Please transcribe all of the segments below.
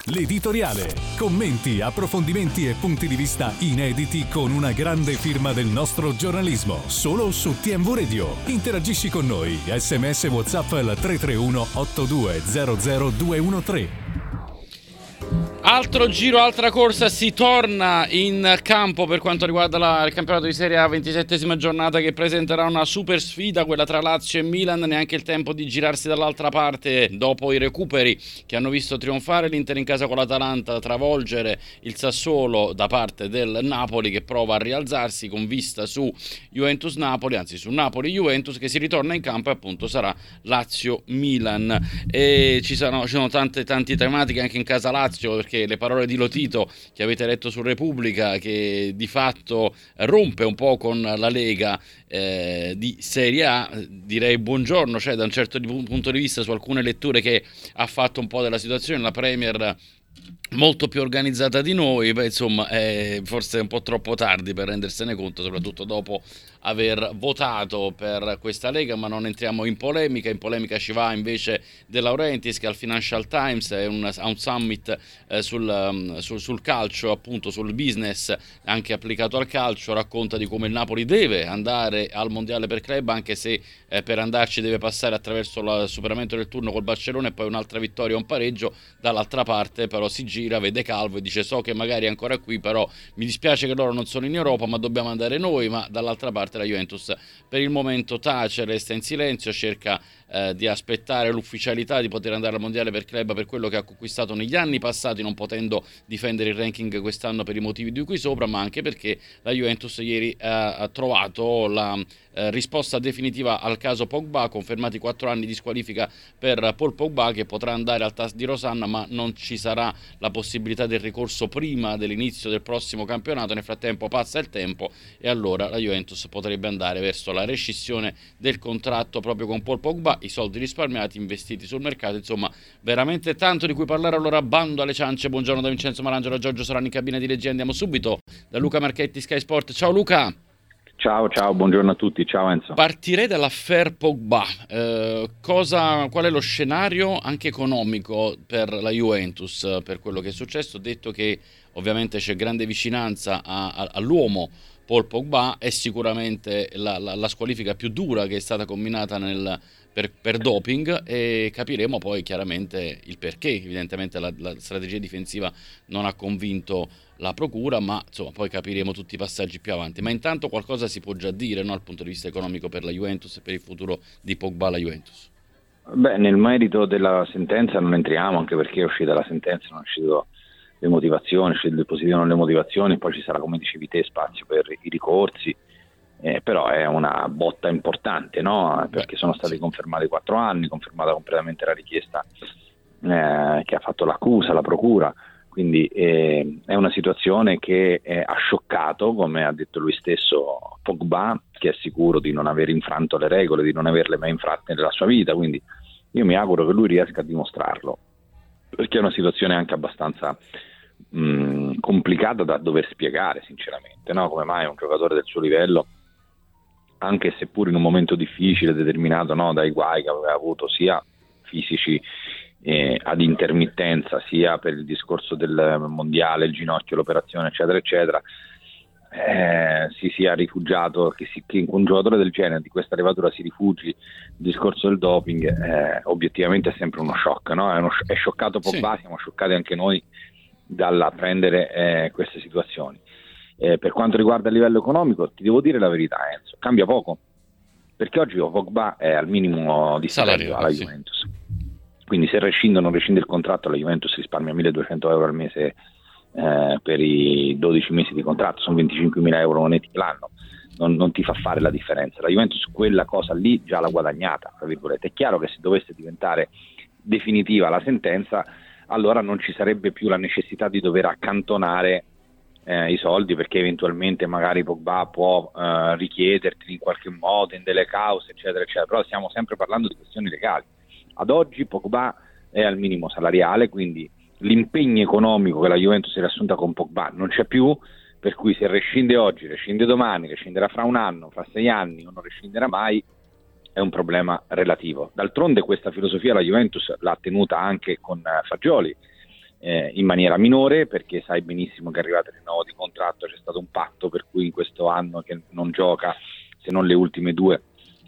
L'editoriale. Commenti, approfondimenti e punti di vista inediti con una grande firma del nostro giornalismo. Solo su TMV Radio. Interagisci con noi. SMS WhatsApp al 331 8200 213. Altro giro, altra corsa, si torna in campo per quanto riguarda il campionato di Serie A, 27esima giornata, che presenterà una super sfida, quella tra Lazio e Milan. Neanche il tempo di girarsi dall'altra parte dopo i recuperi che hanno visto trionfare l'Inter in casa con l'Atalanta, travolgere il Sassuolo da parte del Napoli, che prova a rialzarsi con vista su Juventus-Napoli, anzi su Napoli-Juventus, che si ritorna in campo e appunto sarà Lazio-Milan. E ci sono tante tematiche anche in casa Lazio, perché le parole di Lotito che avete letto su Repubblica, che di fatto rompe un po' con la Lega di Serie A, direi buongiorno, cioè da un certo punto di vista, su alcune letture che ha fatto un po' della situazione, la Premier molto più organizzata di noi, insomma forse è un po' troppo tardi per rendersene conto, soprattutto dopo aver votato per questa Lega, ma non entriamo in polemica ci va invece De Laurentiis, che al Financial Times ha un summit sul calcio, appunto sul business anche applicato al calcio, racconta di come il Napoli deve andare al mondiale per club, anche se per andarci deve passare attraverso il superamento del turno col Barcellona e poi un'altra vittoria o un pareggio. Dall'altra parte però si gira, vede Calvo e dice: so che magari è ancora qui, però mi dispiace che loro non sono in Europa, ma dobbiamo andare noi. Ma dall'altra parte la Juventus per il momento tace, resta in silenzio, cerca di aspettare l'ufficialità di poter andare al mondiale per club per quello che ha conquistato negli anni passati, non potendo difendere il ranking quest'anno per i motivi di cui sopra, ma anche perché la Juventus ieri ha trovato la risposta definitiva al caso Pogba, confermati 4 anni di squalifica per Paul Pogba, che potrà andare al TAS di Rosanna, ma non ci sarà la possibilità del ricorso prima dell'inizio del prossimo campionato. Nel frattempo passa il tempo e allora la Juventus potrebbe andare verso la rescissione del contratto proprio con Paul Pogba, i soldi risparmiati investiti sul mercato, insomma veramente tanto di cui parlare. Allora bando alle ciance. Buongiorno da Vincenzo Marangelo, da Giorgio Sorani in cabina di regia. Andiamo subito da Luca Marchetti, Sky Sport. Ciao Luca. Ciao, buongiorno a tutti, ciao Enzo. Partirei dall'affair Pogba. Qual è lo scenario anche economico per la Juventus per quello che è successo? Detto che ovviamente c'è grande vicinanza all'uomo Paul Pogba, è sicuramente la squalifica più dura che è stata combinata per doping, e capiremo poi chiaramente il perché. Evidentemente la strategia difensiva non ha convinto la procura, ma insomma poi capiremo tutti i passaggi più avanti. Ma intanto qualcosa si può già dire, no, dal punto di vista economico per la Juventus e per il futuro di Pogba alla Juventus? Beh, nel merito della sentenza non entriamo, anche perché è uscita la sentenza, non è uscito le motivazioni, è uscito il positivo non le motivazioni, poi ci sarà, come dicevi te, spazio per i ricorsi, però è una botta importante, no? Perché sono stati confermati 4 anni, confermata completamente la richiesta che ha fatto l'accusa, la procura. Quindi è una situazione che ha scioccato, come ha detto lui stesso, Pogba, che è sicuro di non aver infranto le regole, di non averle mai infratte nella sua vita. Quindi io mi auguro che lui riesca a dimostrarlo, perché è una situazione anche abbastanza complicata da dover spiegare, sinceramente, no? Come mai un giocatore del suo livello, anche seppur in un momento difficile, determinato, no, dai guai che aveva avuto sia fisici ad intermittenza, sia per il discorso del mondiale, il ginocchio, l'operazione eccetera eccetera, si sia rifugiato, che un giocatore del genere, di questa levatura, si rifugi il discorso del doping, obiettivamente è sempre uno shock, no? È scioccato Pogba, sì. Siamo scioccati anche noi dalla prendere queste situazioni. Per quanto riguarda il livello economico, ti devo dire la verità, Enzo, cambia poco, perché oggi Pogba è al minimo di salario alla Juventus. Quindi se rescinde il contratto, la Juventus risparmia 1.200 euro al mese per i 12 mesi di contratto, sono 25.000 euro netti l'anno, non ti fa fare la differenza. La Juventus quella cosa lì già l'ha guadagnata, tra virgolette. È chiaro che se dovesse diventare definitiva la sentenza, allora non ci sarebbe più la necessità di dover accantonare i soldi, perché eventualmente magari Pogba può richiederti in qualche modo in delle cause eccetera eccetera, però stiamo sempre parlando di questioni legali. Ad oggi Pogba è al minimo salariale, quindi l'impegno economico che la Juventus si è assunta con Pogba non c'è più, per cui se rescinde oggi, rescinde domani, rescinderà fra un anno, fra 6 anni o non rescinderà mai, è un problema relativo. D'altronde questa filosofia la Juventus l'ha tenuta anche con Fagioli, in maniera minore, perché sai benissimo che arrivate il rinnovo di contratto, c'è stato un patto per cui in questo anno che non gioca, se non le ultime 2,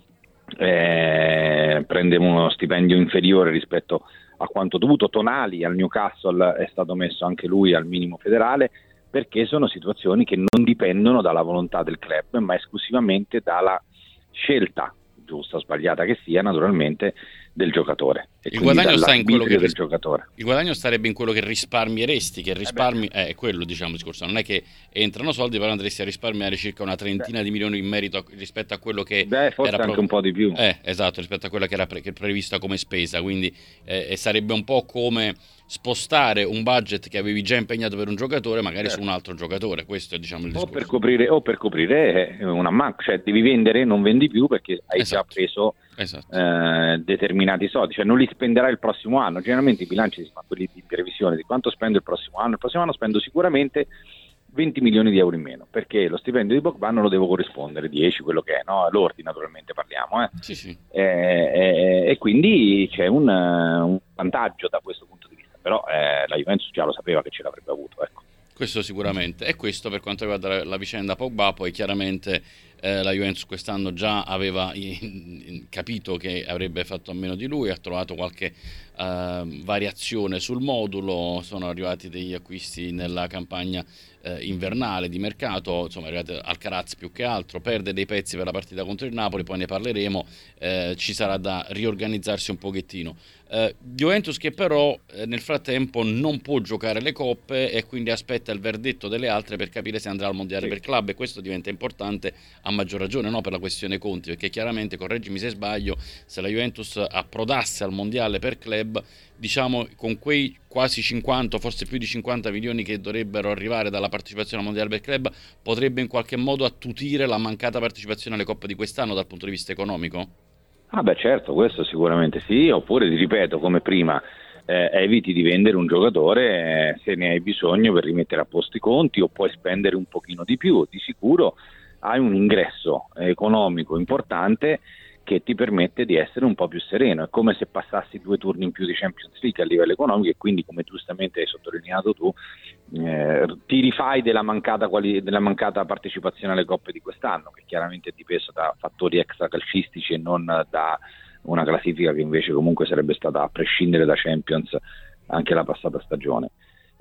prende uno stipendio inferiore rispetto a quanto dovuto. Tonali al Newcastle è stato messo anche lui al minimo federale, perché sono situazioni che non dipendono dalla volontà del club, ma esclusivamente dalla scelta, giusta o sbagliata che sia, naturalmente, del giocatore. E il guadagno sta in quello che del giocatore. Il guadagno starebbe in quello che risparmieresti, che risparmi è quello, diciamo, il discorso. Non è che entrano soldi, però andresti a risparmiare circa una trentina di milioni in merito rispetto a quello che forse era anche un po' di più. Esatto, rispetto a quella che era prevista come spesa, quindi sarebbe un po' come spostare un budget che avevi già impegnato per un giocatore magari su un altro giocatore. Questo è, diciamo, il discorso. O per coprire una manca, cioè devi vendere, non vendi più perché hai già preso determinati soldi, cioè non li spenderai il prossimo anno. Generalmente i bilanci si fanno quelli di previsione di quanto spendo il prossimo anno spendo sicuramente 20 milioni di euro in meno, perché lo stipendio di Pogba non lo devo corrispondere, 10, quello che è, no? Lordi naturalmente parliamo, Sì. E quindi c'è un vantaggio da questo punto di vista, però la Juventus già lo sapeva che ce l'avrebbe avuto, ecco. Questo sicuramente. E questo per quanto riguarda la vicenda Pogba. Poi chiaramente la Juventus quest'anno già aveva capito che avrebbe fatto a meno di lui, ha trovato qualche variazione sul modulo, sono arrivati degli acquisti nella campagna invernale di mercato, insomma è arrivato Alcaraz più che altro, perde dei pezzi per la partita contro il Napoli, poi ne parleremo, ci sarà da riorganizzarsi un pochettino. Juventus che però nel frattempo non può giocare le coppe e quindi aspetta il verdetto delle altre per capire se andrà al mondiale per club, e questo diventa importante a maggior ragione, no, per la questione conti, perché chiaramente, correggimi se sbaglio, se la Juventus approdasse al mondiale per club, diciamo con quei quasi 50, forse più di 50 milioni che dovrebbero arrivare dalla partecipazione al mondiale per club, potrebbe in qualche modo attutire la mancata partecipazione alle coppe di quest'anno dal punto di vista economico? Ah beh, certo, questo sicuramente sì, oppure ti ripeto come prima, eviti di vendere un giocatore se ne hai bisogno per rimettere a posto i conti, o puoi spendere un pochino di più. Di sicuro hai un ingresso economico importante che ti permette di essere un po' più sereno. È come se passassi 2 turni in più di Champions League a livello economico, e quindi, come giustamente hai sottolineato tu, ti rifai della mancata partecipazione alle coppe di quest'anno, che chiaramente è dipeso da fattori extracalcistici e non da una classifica che invece comunque sarebbe stata, a prescindere da Champions, anche la passata stagione.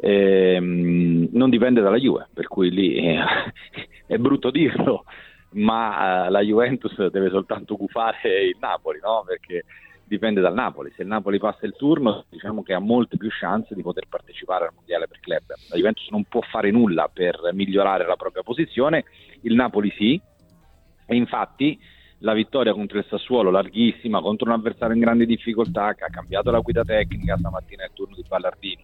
Non dipende dalla Juve, per cui lì è brutto dirlo, ma la Juventus deve soltanto gufare il Napoli, no? Perché dipende dal Napoli. Se il Napoli passa il turno, diciamo che ha molte più chance di poter partecipare al mondiale per club. La Juventus non può fare nulla per migliorare la propria posizione, il Napoli sì, e infatti la vittoria contro il Sassuolo, larghissima, contro un avversario in grande difficoltà, che ha cambiato la guida tecnica stamattina nel turno di Ballardini,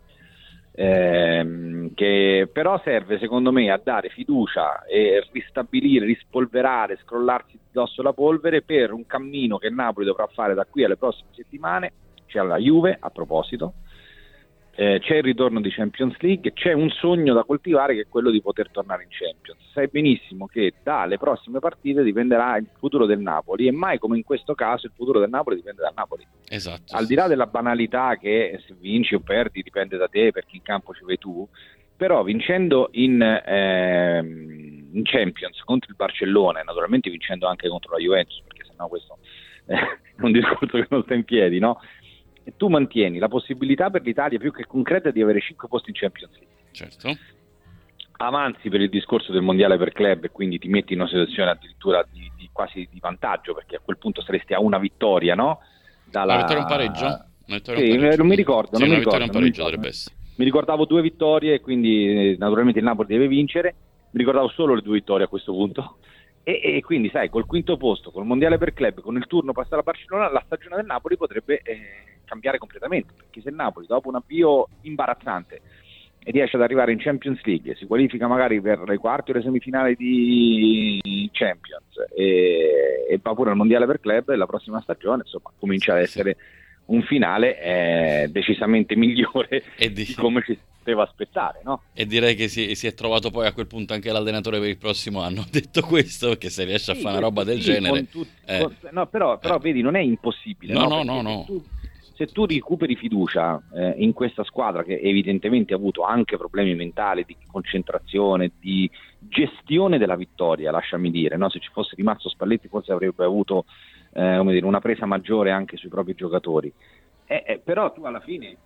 che però serve secondo me a dare fiducia e ristabilire, rispolverare, scrollarsi addosso la polvere per un cammino che il Napoli dovrà fare da qui alle prossime settimane. C'è la Juve, a proposito, c'è il ritorno di Champions League, c'è un sogno da coltivare che è quello di poter tornare in Champions. Sai benissimo che dalle prossime partite dipenderà il futuro del Napoli, e mai come in questo caso il futuro del Napoli dipende dal Napoli. Esatto. Al di là della banalità che se vinci o perdi dipende da te, perché in campo ci vai tu, però vincendo in Champions contro il Barcellona, e naturalmente vincendo anche contro la Juventus, perché sennò questo è un discorso che non sta in piedi, no? E tu mantieni la possibilità per l'Italia più che concreta di avere 5 posti in Champions League. Certo. Avanzi per il discorso del mondiale per club, e quindi ti metti in una situazione addirittura di quasi di vantaggio, perché a quel punto saresti a una vittoria, no? Una vittoria, un pareggio? Non mi ricordo. Sì, una vittoria, un pareggio dovrebbe essere. Mi ricordavo 2 vittorie, quindi naturalmente il Napoli deve vincere. Mi ricordavo solo le 2 vittorie a questo punto. E quindi sai, col quinto posto, col mondiale per club, con il turno passato a Barcellona, la stagione del Napoli potrebbe cambiare completamente, perché se il Napoli dopo un avvio imbarazzante riesce ad arrivare in Champions League, si qualifica magari per le quarti o le semifinali di Champions e va pure al mondiale per club, la prossima stagione insomma comincia ad essere un finale decisamente migliore di come ci poteva aspettare, no? E direi che si è trovato poi a quel punto anche l'allenatore per il prossimo anno. Detto questo, perché se riesce a fare una roba del genere però vedi, non è impossibile, no. se tu recuperi fiducia in questa squadra che evidentemente ha avuto anche problemi mentali, di concentrazione, di gestione della vittoria, lasciami dire, no? Se ci fosse rimasto Spalletti forse avrebbe avuto una presa maggiore anche sui propri giocatori. Però tu alla fine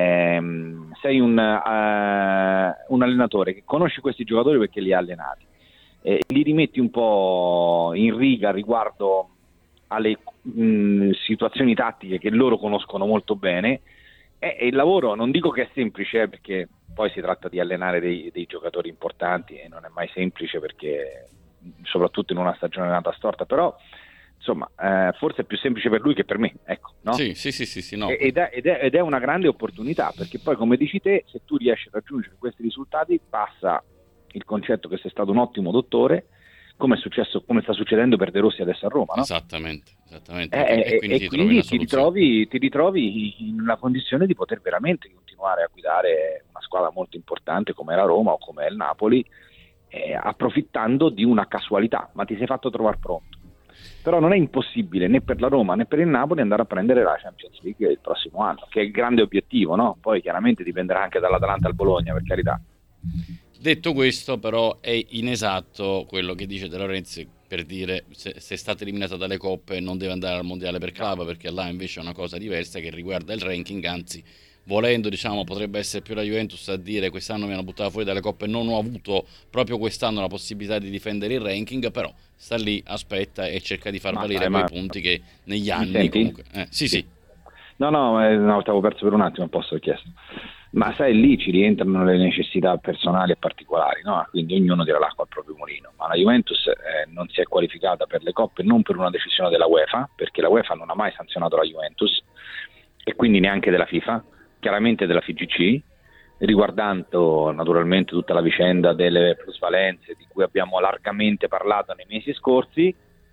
sei un allenatore che conosce questi giocatori perché li ha allenati, li rimetti un po' in riga riguardo alle situazioni tattiche che loro conoscono molto bene, e il lavoro non dico che è semplice, perché poi si tratta di allenare dei giocatori importanti e non è mai semplice, perché soprattutto in una stagione nata storta, però insomma forse è più semplice per lui che per me, ecco, no? Sì, no. Ed è una grande opportunità, perché poi, come dici te, se tu riesci a raggiungere questi risultati passa il concetto che sei stato un ottimo dottore, come sta succedendo per De Rossi adesso a Roma, no? Esattamente. E quindi ti ritrovi in una condizione di poter veramente continuare a guidare una squadra molto importante come la Roma o come il Napoli, approfittando di una casualità, ma ti sei fatto trovare pronto. Però non è impossibile né per la Roma né per il Napoli andare a prendere la Champions League il prossimo anno, che è il grande obiettivo, no? Poi chiaramente dipenderà anche dall'Atalanta al Bologna, per carità. Detto questo, però, è inesatto quello che dice De Laurentiis, per dire se è stata eliminata dalle coppe non deve andare al mondiale per club, perché là invece è una cosa diversa che riguarda il ranking. Anzi, volendo, diciamo, potrebbe essere più la Juventus a dire quest'anno mi hanno buttato fuori dalle coppe, non ho avuto proprio quest'anno la possibilità di difendere il ranking, però sta lì, aspetta e cerca di far valere quei punti che negli anni comunque... Sì. No, stavo perso per un attimo, posso ho chiesto. Ma sai, lì ci rientrano le necessità personali e particolari, no? Quindi ognuno tira l'acqua al proprio mulino. Ma la Juventus non si è qualificata per le coppe non per una decisione della UEFA, perché la UEFA non ha mai sanzionato la Juventus, e quindi neanche della FIFA, chiaramente della FIGC, riguardando naturalmente tutta la vicenda delle plusvalenze di cui abbiamo largamente parlato nei mesi scorsi.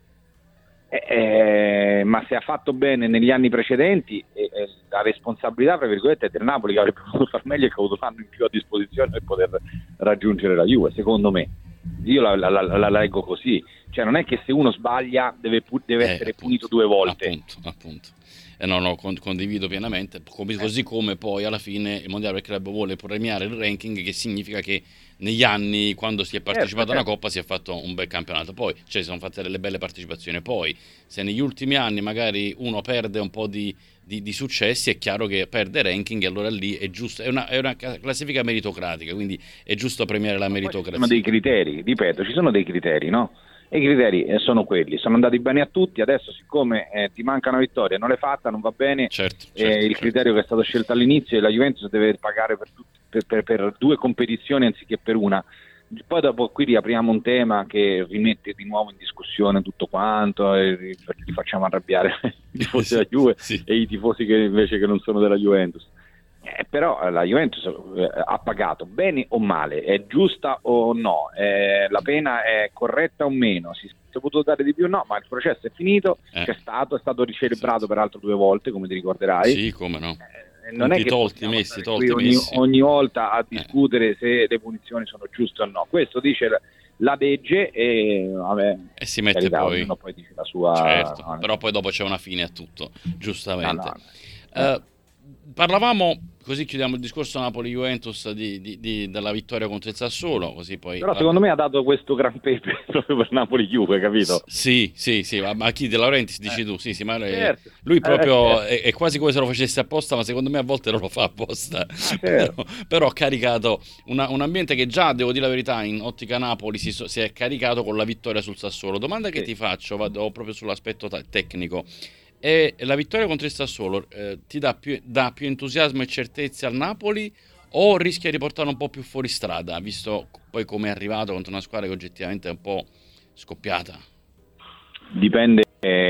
Ma se ha fatto bene negli anni precedenti, la responsabilità, tra virgolette, è del Napoli, che avrebbe potuto far meglio e che ha avuto un anno in più a disposizione per poter raggiungere la Juve, secondo me. Io la leggo così, cioè non è che se uno sbaglia deve essere punito due volte. Appunto. No, condivido pienamente, così come poi alla fine il Mondiale per Club vuole premiare il ranking, che significa che negli anni, quando si è partecipato a una coppa, si è fatto un bel campionato, poi si sono fatte delle belle partecipazioni. Poi se negli ultimi anni magari uno perde un po' di successi, è chiaro che perde ranking, e allora lì è giusto, è una classifica meritocratica, quindi è giusto premiare la meritocrazia. Ci sono dei criteri, ripeto, ci sono dei criteri, no? E i criteri sono quelli, sono andati bene a tutti. Adesso, siccome ti manca una vittoria, non l'hai fatta, non va bene. Certo. Il criterio che è stato scelto all'inizio, e la Juventus deve pagare per due competizioni anziché per una. Poi dopo qui riapriamo un tema che rimette di nuovo in discussione tutto quanto, e li facciamo arrabbiare i tifosi della Juve e i tifosi che invece che non sono della Juventus. Però la Juventus ha pagato bene o male, è giusta o no, la pena è corretta o meno, si è potuto dare di più o no, ma il processo è finito, è stato ricelebrato peraltro 2 volte, come ti ricorderai. Sì, come no. Non è che tolti messi. Ogni volta a discutere se le punizioni sono giuste o no. Questo dice la legge, e si mette poi dice la sua. Certo, però poi dopo c'è una fine a tutto, giustamente. Parlavamo, così chiudiamo il discorso Napoli-Juventus, della vittoria contro il Sassuolo, così poi. Però secondo me ha dato questo gran pepe proprio per Napoli-Juve, capito? Sì, ma chi? De Laurentiis dici tu? Sì, ma certo. Lui proprio è quasi come se lo facesse apposta, ma secondo me a volte non lo fa apposta. Certo. Però ha caricato un ambiente che già, devo dire la verità, in ottica Napoli si è caricato con la vittoria sul Sassuolo. Domanda che ti faccio, vado proprio sull'aspetto tecnico. E la vittoria contro il Sassuolo ti dà più entusiasmo e certezze al Napoli, o rischia di portare un po' più fuori strada, visto poi come è arrivato contro una squadra che oggettivamente è un po' scoppiata? Dipende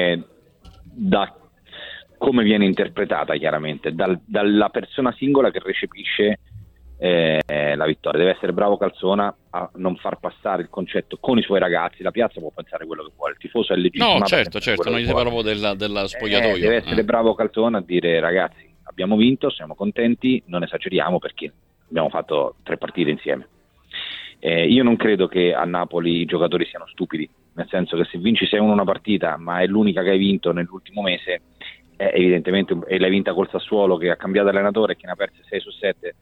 da come viene interpretata, chiaramente, dalla persona singola che recepisce la vittoria. Deve essere bravo Calzona a non far passare il concetto con i suoi ragazzi. La piazza può pensare quello che vuole, il tifoso è legittimo. No, certo, non gli parlavo della spogliatoio. Deve essere bravo Calzona a dire: ragazzi, abbiamo vinto, siamo contenti, non esageriamo perché abbiamo fatto 3 partite insieme. Io non credo che a Napoli i giocatori siano stupidi, nel senso che se vinci 6-1 una partita, ma è l'unica che hai vinto nell'ultimo mese, evidentemente, e l'hai vinta col Sassuolo che ha cambiato allenatore e che ne ha perse 6 su 7,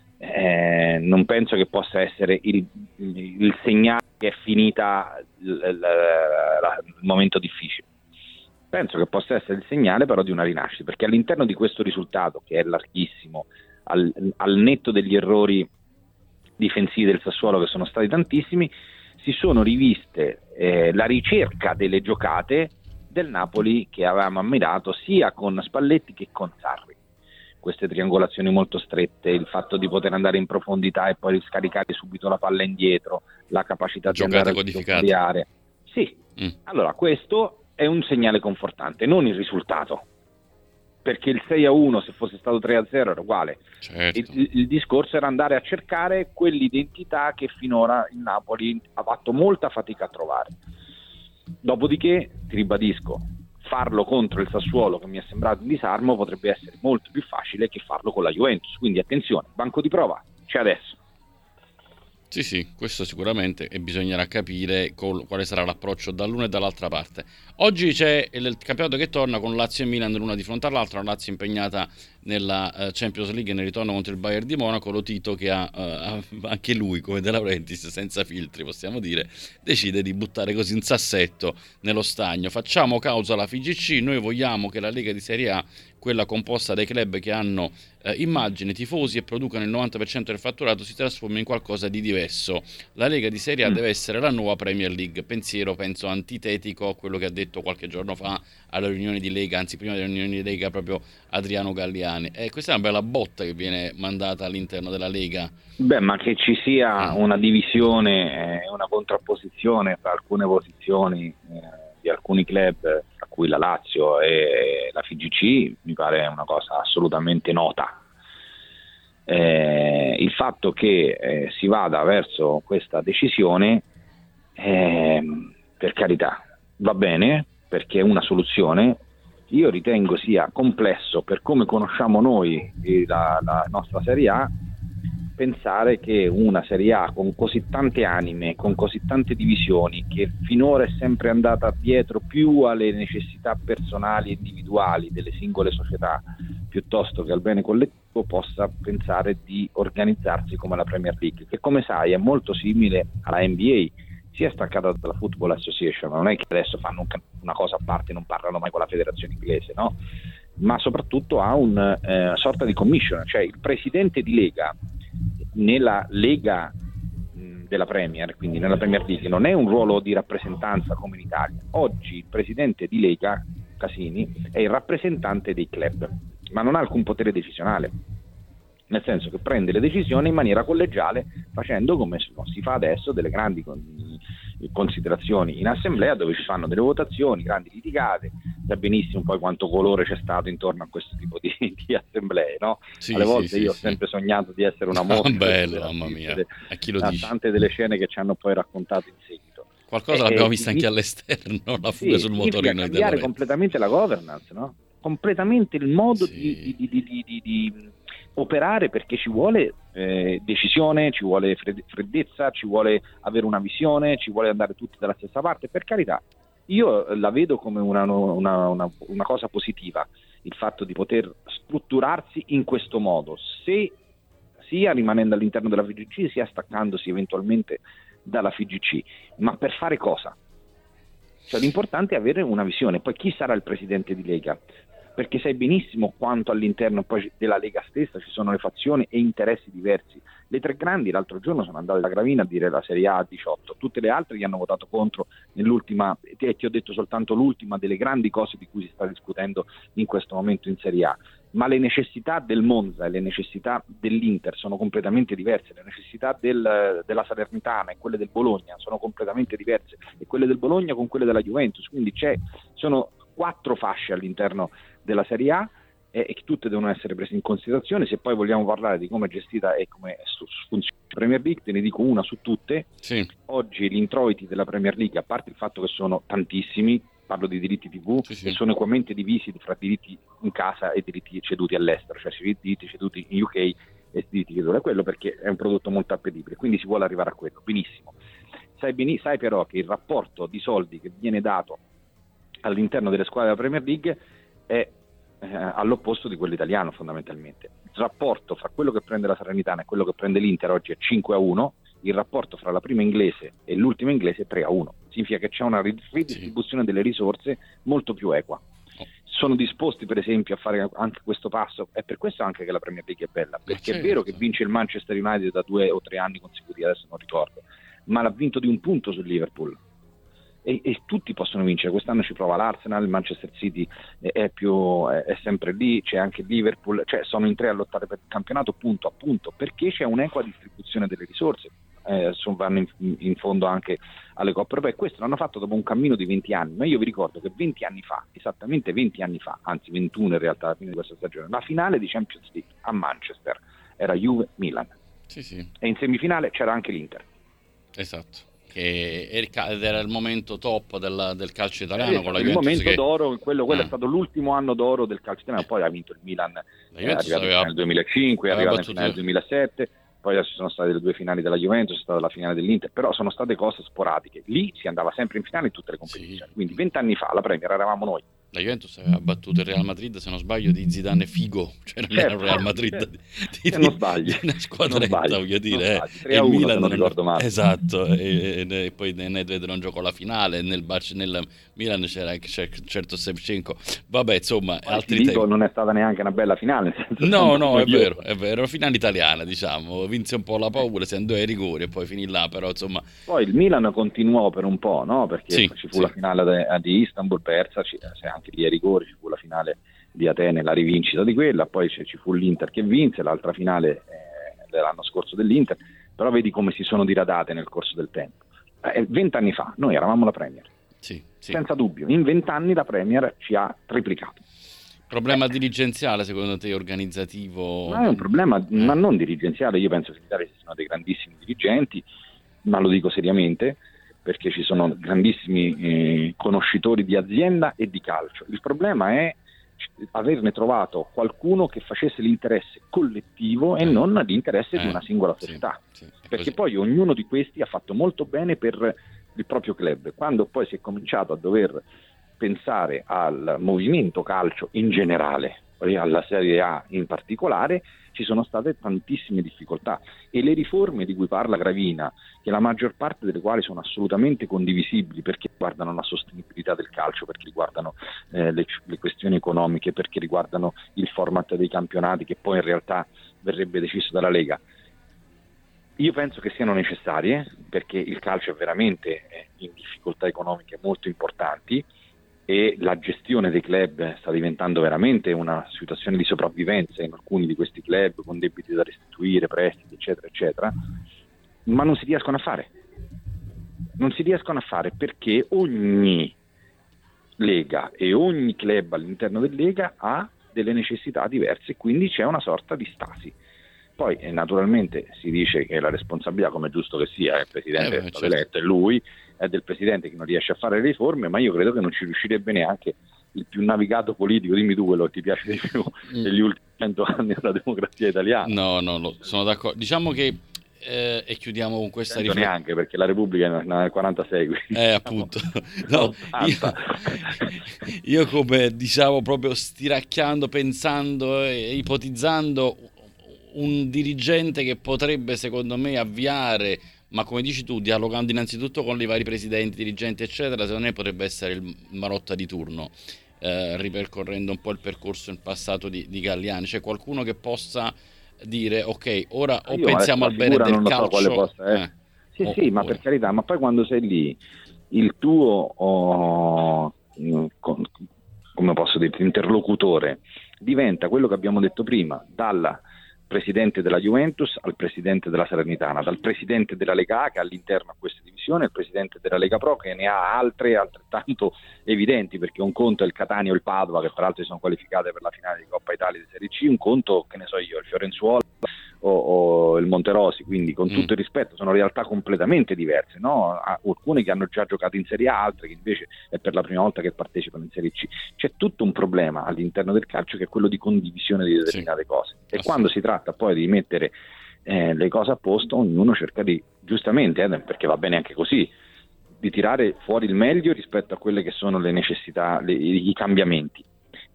non penso che possa essere il segnale che è finita il momento difficile. Penso che possa essere il segnale però di una rinascita, perché all'interno di questo risultato, che è larghissimo, al netto degli errori difensivi del Sassuolo, che sono stati tantissimi, si sono riviste la ricerca delle giocate del Napoli che avevamo ammirato sia con Spalletti che con Sarri. Queste triangolazioni molto strette, il fatto di poter andare in profondità e poi scaricare subito la palla indietro, la capacità giocate di andare codificate. a cambiare. Sì, allora questo è un segnale confortante, non il risultato, perché il 6-1, se fosse stato 3-0, era uguale. Certo. Il discorso era andare a cercare quell'identità che finora il Napoli ha fatto molta fatica a trovare. Dopodiché, ti ribadisco, farlo contro il Sassuolo, che mi è sembrato un disarmo, potrebbe essere molto più facile che farlo con la Juventus. Quindi attenzione, banco di prova c'è adesso. Sì, questo sicuramente, e bisognerà capire quale sarà l'approccio dall'una e dall'altra parte. Oggi c'è il campionato che torna con Lazio e Milan l'una di fronte all'altra, la Lazio impegnata nella Champions League nel ritorno contro il Bayern di Monaco, lo Tito che ha anche lui, come De Laurentiis, senza filtri possiamo dire, decide di buttare così un sassetto nello stagno. Facciamo causa alla FIGC, noi vogliamo che la Lega di Serie A, quella composta dai club che hanno immagine, tifosi e producono il 90% del fatturato, si trasforma in qualcosa di diverso. La Lega di Serie A deve essere la nuova Premier League. Pensiero, penso, antitetico a quello che ha detto qualche giorno fa alle riunioni di Lega, anzi prima delle riunioni di Lega, proprio Adriano Galliani. Questa è una bella botta che viene mandata all'interno della Lega. Beh, ma che ci sia una divisione, una contrapposizione tra alcune posizioni di alcuni club, tra cui la Lazio e la FIGC, mi pare una cosa assolutamente nota. Il fatto che si vada verso questa decisione, per carità, va bene, perché è una soluzione. Io ritengo sia complesso, per come conosciamo noi la nostra Serie A, pensare che una Serie A con così tante anime, con così tante divisioni, che finora è sempre andata dietro più alle necessità personali e individuali delle singole società piuttosto che al bene collettivo, possa pensare di organizzarsi come la Premier League, che come sai è molto simile alla NBA, si è staccata dalla Football Association, non è che adesso fanno una cosa a parte, non parlano mai con la federazione inglese, no? Ma soprattutto ha una sorta di commission, cioè il presidente di Lega nella Lega della Premier, quindi nella Premier League, non è un ruolo di rappresentanza come in Italia. Oggi il presidente di Lega, Casini, è il rappresentante dei club, ma non ha alcun potere decisionale, nel senso che prende le decisioni in maniera collegiale, facendo come si fa adesso delle grandi considerazioni in assemblea, dove ci fanno delle votazioni, grandi litigate. Sa benissimo poi quanto colore c'è stato intorno a questo tipo di assemblee, no? Sì, alle volte sì, io ho sempre sognato di essere una mosca. Bello, mamma mia, a chi lo dice? Tante delle scene che ci hanno poi raccontato in seguito. Qualcosa l'abbiamo vista anche all'esterno, la fuga sul motorino. Cambiare completamente la governance, no? Completamente il modo di operare, perché ci vuole decisione, ci vuole freddezza, ci vuole avere una visione, ci vuole andare tutti dalla stessa parte. Per carità, io la vedo come una cosa positiva, il fatto di poter strutturarsi in questo modo, se sia rimanendo all'interno della FIGC, sia staccandosi eventualmente dalla FIGC, ma per fare cosa? Cioè, l'importante è avere una visione. Poi chi sarà il presidente di Lega? Perché sai benissimo quanto all'interno poi della Lega stessa ci sono le fazioni e interessi diversi. Le tre grandi l'altro giorno sono andate da Gravina a dire la Serie A 18, tutte le altre gli hanno votato contro nell'ultima, e ti ho detto soltanto l'ultima delle grandi cose di cui si sta discutendo in questo momento in Serie A. Ma le necessità del Monza e le necessità dell'Inter sono completamente diverse, le necessità della Salernitana e quelle del Bologna sono completamente diverse, e quelle del Bologna con quelle della Juventus, quindi sono 4 fasce all'interno della Serie A e che tutte devono essere prese in considerazione. Se poi vogliamo parlare di come è gestita e come funziona la Premier League, te ne dico una su tutte. Sì. Oggi gli introiti della Premier League, a parte il fatto che sono tantissimi, parlo di diritti TV, sì. e sono equamente divisi fra diritti in casa e diritti ceduti all'estero, cioè diritti ceduti in UK e diritti ceduti a quello, perché è un prodotto molto appetibile, quindi si vuole arrivare a quello, benissimo. Sai però che il rapporto di soldi che viene dato all'interno delle squadre della Premier League è all'opposto di quello italiano fondamentalmente. Il rapporto fra quello che prende la Salernitana e quello che prende l'Inter oggi è 5-1, il rapporto fra la prima inglese e l'ultima inglese è 3-1, significa che c'è una ridistribuzione delle risorse molto più equa. Sono disposti per esempio a fare anche questo passo, è per questo anche che la Premier League è bella, perché è vero che vince il Manchester United da 2 o 3 anni consecutivi, adesso non ricordo, ma l'ha vinto di un punto sul Liverpool e tutti possono vincere. Quest'anno ci prova l'Arsenal, il Manchester City è sempre lì, c'è anche il Liverpool, cioè sono in 3 a lottare per il campionato punto a punto, perché c'è un'equa distribuzione delle risorse. Vanno in fondo anche alle coppe europee. Questo l'hanno fatto dopo un cammino di 20 anni, ma io vi ricordo che 20 anni fa, esattamente 20 anni fa, anzi 21 in realtà alla fine di questa stagione, la finale di Champions League a Manchester era Juve-Milan, e in semifinale c'era anche l'Inter. Esatto, ed era il momento top del calcio italiano, con la il Juventus, momento d'oro, quello è stato l'ultimo anno d'oro del calcio italiano. Poi ha vinto il Milan, è arrivato nel 2005, è arrivato in finale nel 2007, poi ci sono state le 2 finali della Juventus, è stata la finale dell'Inter, però sono state cose sporadiche. Lì si andava sempre in finale in tutte le competizioni. Quindi 20 anni fa la Premier eravamo noi. La Juventus aveva battuto il Real Madrid, se non sbaglio, di Zidane e Figo, cioè non era il Real Madrid non sbaglio, una squadretta, voglio dire, 3-1, il Milan non ricordo male. Esatto, e poi Nedved non giocò la finale, nel Milan c'era anche certo Shevchenko, vabbè, insomma, altri tempi. Non è stata neanche una bella finale, no, è vero, finale italiana, diciamo, vinse un po' la paura, si andò ai rigori e poi finì là, però insomma. Poi il Milan continuò per un po', no? Perché ci fu la finale di Istanbul persa, anche lì ai rigori, ci fu la finale di Atene, la rivincita di quella, poi ci fu l'Inter che vinse, l'altra finale l'anno scorso dell'Inter, però vedi come si sono diradate nel corso del tempo. 20 anni fa noi eravamo la Premier, senza dubbio, in 20 anni la Premier ci ha triplicato. Problema dirigenziale secondo te, organizzativo? Ma è un problema, ma non dirigenziale. Io penso che in Italia ci sono dei grandissimi dirigenti, ma lo dico seriamente, perché ci sono grandissimi conoscitori di azienda e di calcio. Il problema è averne trovato qualcuno che facesse l'interesse collettivo e non l'interesse di una singola società, perché poi ognuno di questi ha fatto molto bene per il proprio club. Quando poi si è cominciato a dover pensare al movimento calcio in generale e alla Serie A in particolare, ci sono state tantissime difficoltà, e le riforme di cui parla Gravina, che la maggior parte delle quali sono assolutamente condivisibili, perché riguardano la sostenibilità del calcio, perché riguardano le questioni economiche, perché riguardano il format dei campionati che poi in realtà verrebbe deciso dalla Lega, io penso che siano necessarie, perché il calcio è veramente in difficoltà economiche molto importanti e la gestione dei club sta diventando veramente una situazione di sopravvivenza in alcuni di questi club, con debiti da restituire, prestiti, eccetera, eccetera, ma non si riescono a fare. Non si riescono a fare perché ogni lega e ogni club all'interno del lega ha delle necessità diverse, quindi c'è una sorta di stasi. Poi naturalmente si dice che la responsabilità, come è giusto che sia, il presidente è stato eletto e lui è del presidente che non riesce a fare le riforme, ma io credo che non ci riuscirebbe neanche il più navigato politico, dimmi tu quello che ti piace di più degli ultimi 100 anni della democrazia italiana. No, sono d'accordo. Diciamo che e chiudiamo con questa riflessione. Neanche perché la Repubblica è nel 46, quindi appunto. No, io come diciamo proprio stiracchiando, pensando e ipotizzando un dirigente che potrebbe secondo me avviare, ma come dici tu, dialogando innanzitutto con i vari presidenti, dirigenti eccetera, secondo me potrebbe essere il Marotta di turno, ripercorrendo un po' il percorso in passato di Galliani, cioè qualcuno che possa dire ok, ora o pensiamo al bene del calcio, quale possa, sì, ma per carità, ma poi quando sei lì il tuo come posso dire, interlocutore diventa quello che abbiamo detto prima, dalla presidente della Juventus al presidente della Salernitana, dal presidente della Lega A che all'interno a queste divisioni, al presidente della Lega Pro che ne ha altre altrettanto evidenti, perché un conto è il Catania o il Padova, che peraltro si sono qualificate per la finale di Coppa Italia di Serie C, un conto, che ne so io, il Fiorenzuola o il Monterosi, quindi con tutto il rispetto sono realtà completamente diverse, no? Alcune che hanno già giocato in Serie A, altre che invece è per la prima volta che partecipano in Serie C. C'è tutto un problema all'interno del calcio che è quello di condivisione di determinate cose, e quando si tratta poi di mettere le cose a posto, ognuno cerca di, giustamente, perché va bene anche così, di tirare fuori il meglio rispetto a quelle che sono le necessità, i cambiamenti.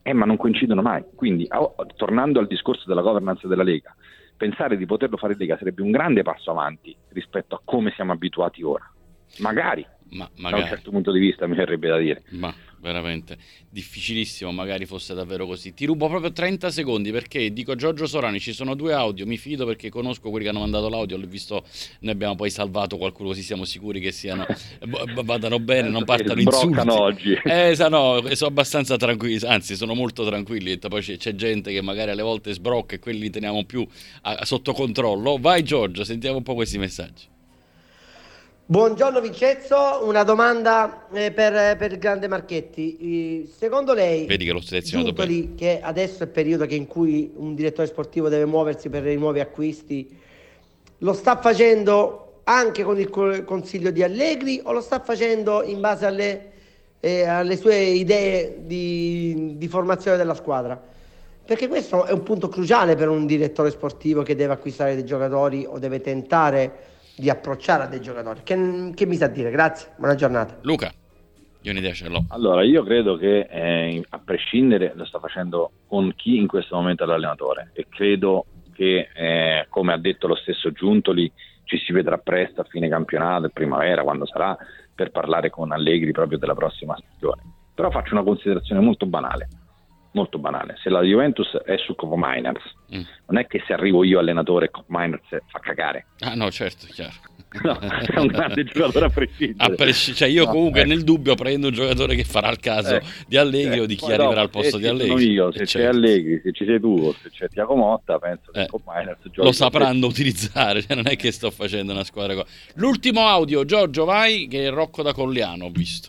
ma non coincidono mai. Quindi, tornando al discorso della governance della Lega, pensare di poterlo fare in Lega sarebbe un grande passo avanti rispetto a come siamo abituati ora. Magari. Da un certo punto di vista mi verrebbe da dire. Ma veramente difficilissimo, magari fosse davvero così. Ti rubo proprio 30 secondi perché dico Giorgio Sorani, ci sono 2 audio, mi fido perché conosco quelli che hanno mandato l'audio, l'ho visto, noi abbiamo poi salvato qualcuno così siamo sicuri che siano vadano bene, non partano insulti oggi. No, sono abbastanza tranquilli, anzi sono molto tranquilli, poi c'è gente che magari alle volte sbrocca e quelli li teniamo più sotto controllo. Vai Giorgio, sentiamo un po' questi messaggi. Buongiorno Vincenzo, una domanda per il grande Marchetti. Secondo lei, vedi che l'ho selezionato Giuntoli, che adesso è il periodo in cui un direttore sportivo deve muoversi per i nuovi acquisti, lo sta facendo anche con il consiglio di Allegri o lo sta facendo in base alle sue idee di formazione della squadra? Perché questo è un punto cruciale per un direttore sportivo che deve acquistare dei giocatori o deve tentare di approcciare a dei giocatori. Che mi sa dire? Grazie, buona giornata. Luca, io un'idea ce l'ho. Allora, io credo che a prescindere lo sta facendo con chi in questo momento è l'allenatore, e credo che come ha detto lo stesso Giuntoli ci si vedrà presto a fine campionato, primavera, quando sarà, per parlare con Allegri proprio della prossima stagione. Però faccio una considerazione molto banale. Se la Juventus è su Koop Meiners, non è che se arrivo io allenatore Koop Meiners fa cagare. Ah no, certo, chiaro. No, è un grande giocatore a prescindere. Cioè io comunque nel dubbio prendo un giocatore che farà il caso di Allegri o di chi arriverà al posto di Allegri. Io, se c'è Allegri, se ci sei tu o se c'è Thiago Motta, penso che Koop Meiners lo sapranno utilizzare, cioè non è che sto facendo una squadra qua. L'ultimo audio, Giorgio, vai, che è Rocco da Colliano, ho visto.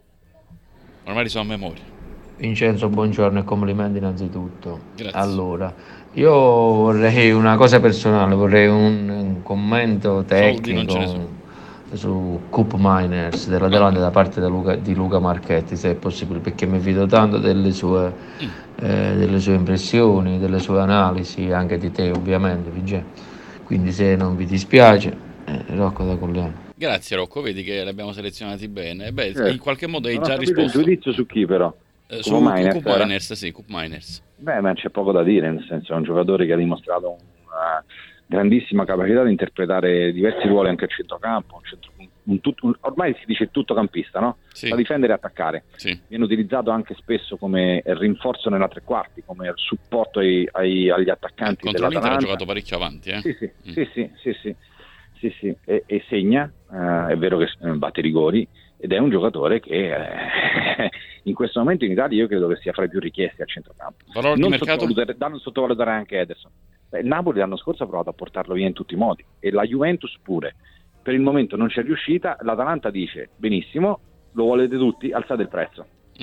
Ormai li so a memoria. Vincenzo, buongiorno e complimenti innanzitutto. Grazie. Allora, io vorrei una cosa personale, vorrei un commento tecnico su Koop Meiners dell'Atalanta da parte di Luca Marchetti, se è possibile, perché mi fido tanto delle sue impressioni, delle sue analisi, anche di te ovviamente, Vincenzo. Quindi se non vi dispiace, Rocco da Colliano. Grazie Rocco, vedi che li abbiamo selezionati bene. In qualche modo hai già risposto. Il giudizio su chi però? Su Koop Meiners. Beh, ma c'è poco da dire, nel senso è un giocatore che ha dimostrato una grandissima capacità di interpretare diversi ruoli anche a centrocampo, ormai si dice tuttocampista, no? Sì. Da difendere e attaccare. Sì. Viene utilizzato anche spesso come rinforzo nella tre quarti, come supporto agli attaccanti contro dell'Atalanta. l'Inter ha giocato parecchio avanti, Sì, e segna, è vero che batte i rigori, ed è un giocatore che in questo momento in Italia io credo che sia fra i più richiesti al centrocampo. Valore di mercato? Da non sottovalutare anche Ederson. Il Napoli l'anno scorso ha provato a portarlo via in tutti i modi, e la Juventus pure. Per il momento non c'è riuscita, l'Atalanta dice benissimo, lo volete tutti, alzate il prezzo.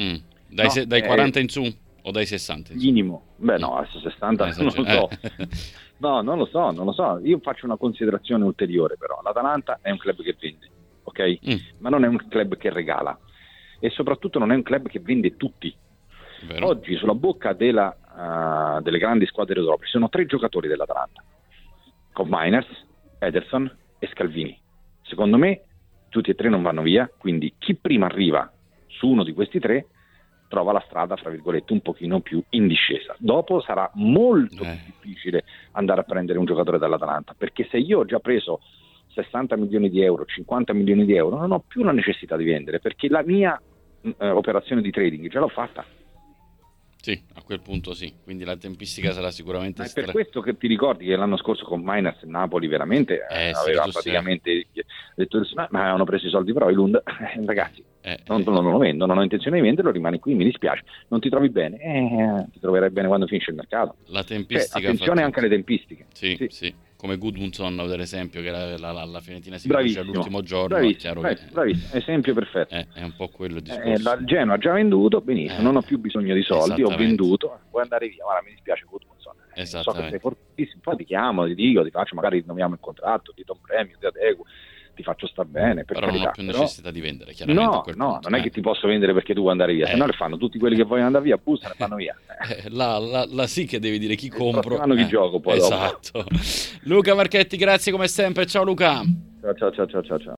Dai 40 in su o dai 60 in su? Minimo. Beh no, adesso 60 non lo so. No, non lo so. Io faccio una considerazione ulteriore però. L'Atalanta è un club che vende, ok? Ma non è un club che regala, e soprattutto non è un club che vende tutti. Vero. Oggi sulla bocca delle grandi squadre d'Europa ci sono 3 giocatori dell'Atalanta: Koop Meiners, Ederson e Scalvini. Secondo me tutti e 3 non vanno via, quindi chi prima arriva su uno di questi 3 trova la strada, fra virgolette, un pochino più in discesa. Dopo sarà molto più difficile andare a prendere un giocatore dall'Atalanta, perché se io ho già preso 60 milioni di euro, 50 milioni di euro, non ho più la necessità di vendere, perché la mia operazione di trading già l'ho fatta. Sì, a quel punto sì, quindi la tempistica sarà sicuramente è per questo che ti ricordi che l'anno scorso con Meiners Napoli veramente aveva praticamente detto, ma avevano preso i soldi però i Lund, ragazzi, non lo vendo, non ho intenzione di venderlo, rimani qui, mi dispiace, non ti trovi bene, ti troverai bene quando finisce il mercato. La tempistica, attenzione anche alle tempistiche. Sì. Come Gudmundsson per esempio, che la Fiorentina si finisce all'ultimo giorno. Bravissimo, esempio perfetto. È un po' quello il discorso. La Genoa ha già venduto, benissimo, non ho più bisogno di soldi, ho venduto, vuoi andare via, guarda, mi dispiace Gudmundsson, so che sei fortissimo, poi ti chiamo, ti dico, ti faccio, magari rinnoviamo il contratto, ti do un premio, ti adeguo, ti faccio star bene, per però carità, non ho più necessità di vendere, chiaramente. No, non è che ti posso vendere perché tu vuoi andare via, se no le fanno tutti quelli che vogliono andare via, bussano e vanno via. La sì che devi dire chi compro. Hanno chi gioco poi esatto. Dopo. Luca Marchetti, grazie come sempre, ciao Luca. Ciao.